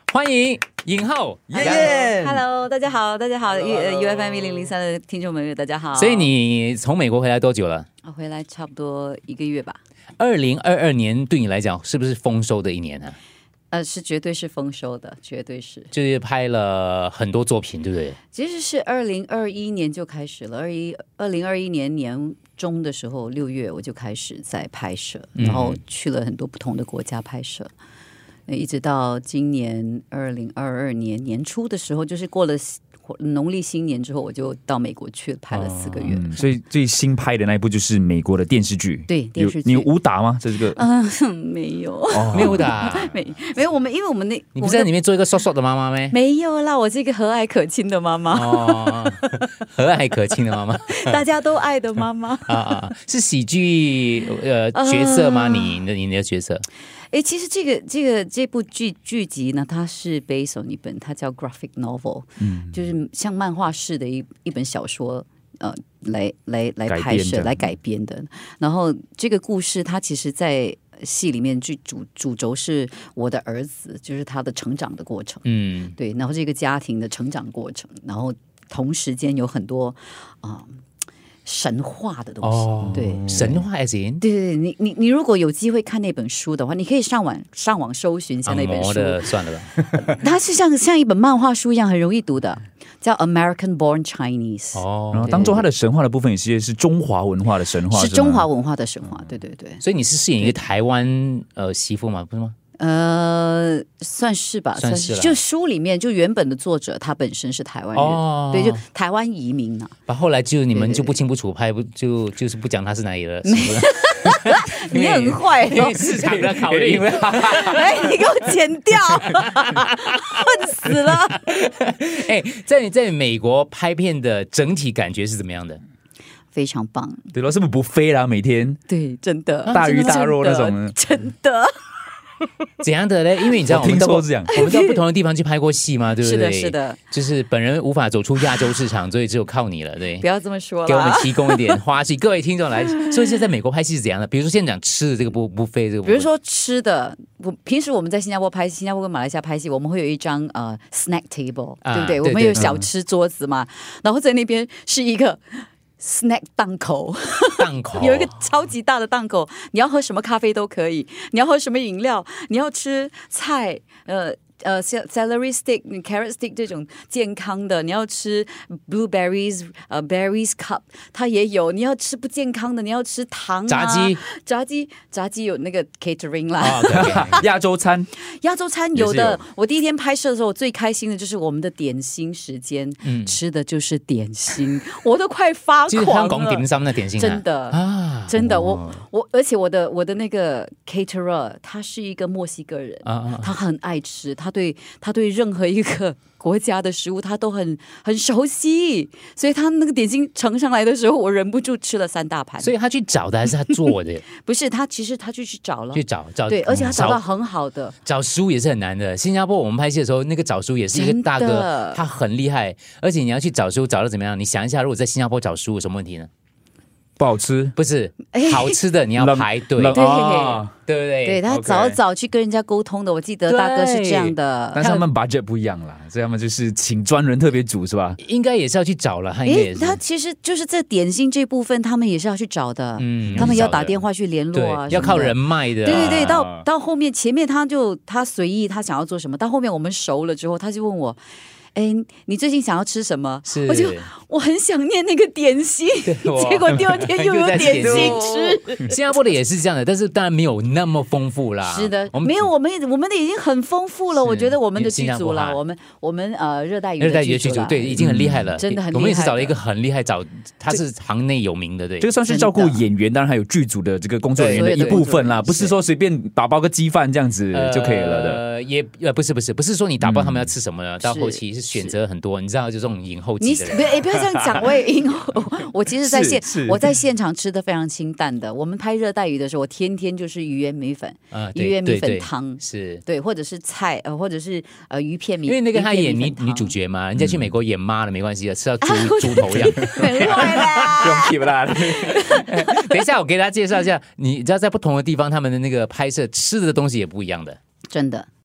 欢迎影后耶 Hello， 大家好，大家好，UFM 1003的听众朋友，大家好。 所以你从美国回来多久了？ 回来差不多1个月吧。 2022年对你来讲是不是丰收的一年呢？ 是绝对是丰收的，绝对是。 就是拍了很多作品，对不对？ 其实是2021年就开始了，2021年年中的时候，6月我就开始在拍摄，然后去了很多不同的国家拍摄。一直到今年2022年年初的时候，就是过了农历新年之后，我就到美国去拍了4个月。 所以最新拍的那一部就是美国的电视剧。 对，电视剧。 你有武打吗？这个没有， 没有武打， 没有。因为我们你不是在里面做一个瘦瘦的妈妈吗？ 没有啦，我是一个和蔼可亲的妈妈。 哦，和蔼可亲的妈妈， 大家都爱的妈妈。 是喜剧角色吗？你的角色？ 其实这部剧集呢，它是 based on 一本，它叫 graphic novel，就是像漫画式的一本小说，来拍摄来改编的。然后这个故事，它其实在戏里面主轴是我的儿子，就是他的成长的过程。对，然后这个家庭的成长过程，然后同时间有很多神话的东西，对， 神话 as in？ 对，你如果有机会看那本书的话，你可以上网搜寻一下那本书。 算了吧。 它是像一本漫画书一样，很容易读的，叫 American Born Chinese。 然后当中它的神话的部分也是中华文化的神话， 是中华文化的神话，对。 所以你是饰演一个台湾媳妇吗？不是吗？ 算是吧， 算是就书里面就原本的作者他本身是台湾人，对，就台湾移民啊。 后来就你们就不清不楚拍，就是不讲他是哪里的， 你很坏， 因为市场的考虑。 你给我剪掉，恨死了。 在美国拍片的整体感觉是怎么样的？ 非常棒。 对了，是不是不飞啦？每天对，真的大鱼大肉那种， 真的。 怎样的呢？因为你知道，我们到不同的地方去拍过戏嘛，对不对？ 是的。 就是本人无法走出亚洲市场，所以只有靠你了，对。 不要这么说了， 给我们提供一点花絮。各位听众来，所以现在美国拍戏是怎样的？比如说先讲吃的这个不飞这个部分， 比如说吃的，平时我们在新加坡拍戏，新加坡跟马来西亚拍戏，我们会有一张snack table，对不对？我们有小吃桌子嘛，然后在那边是一个snack 档口有一个超级大的档口，你要喝什么咖啡都可以，你要喝什么饮料，你要吃菜celery stick、carrot stick 这种健康的，你要吃 blueberries、berries cup 它也有，你要吃不健康的，你要吃糖炸鸡有那个 catering 啦。 亚洲餐有的。我第一天拍摄的时候，我最开心的就是我们的点心时间，吃的就是点心，我都快发狂了。 就是香港点心的点心， 真的真的，而且我的那个 caterer 他是一个墨西哥人，他很爱吃，他对任何一个国家的食物他都很熟悉，所以他那个点心呈上来的时候，我忍不住吃了3大盘。 所以他去找的还是他做的？ 不是，其实他就去找了， 对， 而且他找到很好的。 找食物也是很难的。新加坡我们拍戏的时候，那个找食物也是一个大哥，他很厉害，而且你要去找食物找的怎么样？你想一下，如果在新加坡找食物有什么问题呢？ 不好吃？ 不是，好吃的你要排队，对不对？ 对，他早去跟人家沟通的，我记得大哥是这样的。 但是他们 budget 不一样啦，所以他们就是请专人特别煮，是吧？ 应该也是要去找了， 他其实就是这点心这部分，他们也是要去找的，他们要打电话去联络啊， 要靠人脉的。 对，到后面前面他随意，他想要做什么，到后面我们熟了之后，他就问我。你最近想要吃什么？我很想念那个点心，结果第2天又有点心吃。 新加坡的也是这样的，但是当然没有那么丰富啦。 是的，没有我们的已经很丰富了。我觉得我们的剧组啦，我们热带鱼的剧组， 对，已经很厉害了， 真的很厉害。 我们也是找了一个很厉害，他是行内有名的，对。 这个算是照顾演员，当然还有剧组的这个工作人员的一部分啦，不是说随便打包个鸡饭这样子就可以了的。 也不是说你打包他们要吃什么呢？到后期是选择很多，你知道，就这种影后级的人。 不要这样讲，我也影后。我其实我在现场吃的非常清淡的。我们拍热带鱼的时候，我天天就是鱼圆米粉，鱼圆米粉汤， 是对， 或者是菜，或者是鱼片米。 因为那个他演女主角嘛，人家去美国演妈了没关系的，吃到猪头一样。 很坏啦， 用啦。 等一下，我给大家介绍一下，你知道在不同的地方，他们的那个拍摄吃的东西也不一样的， 真的。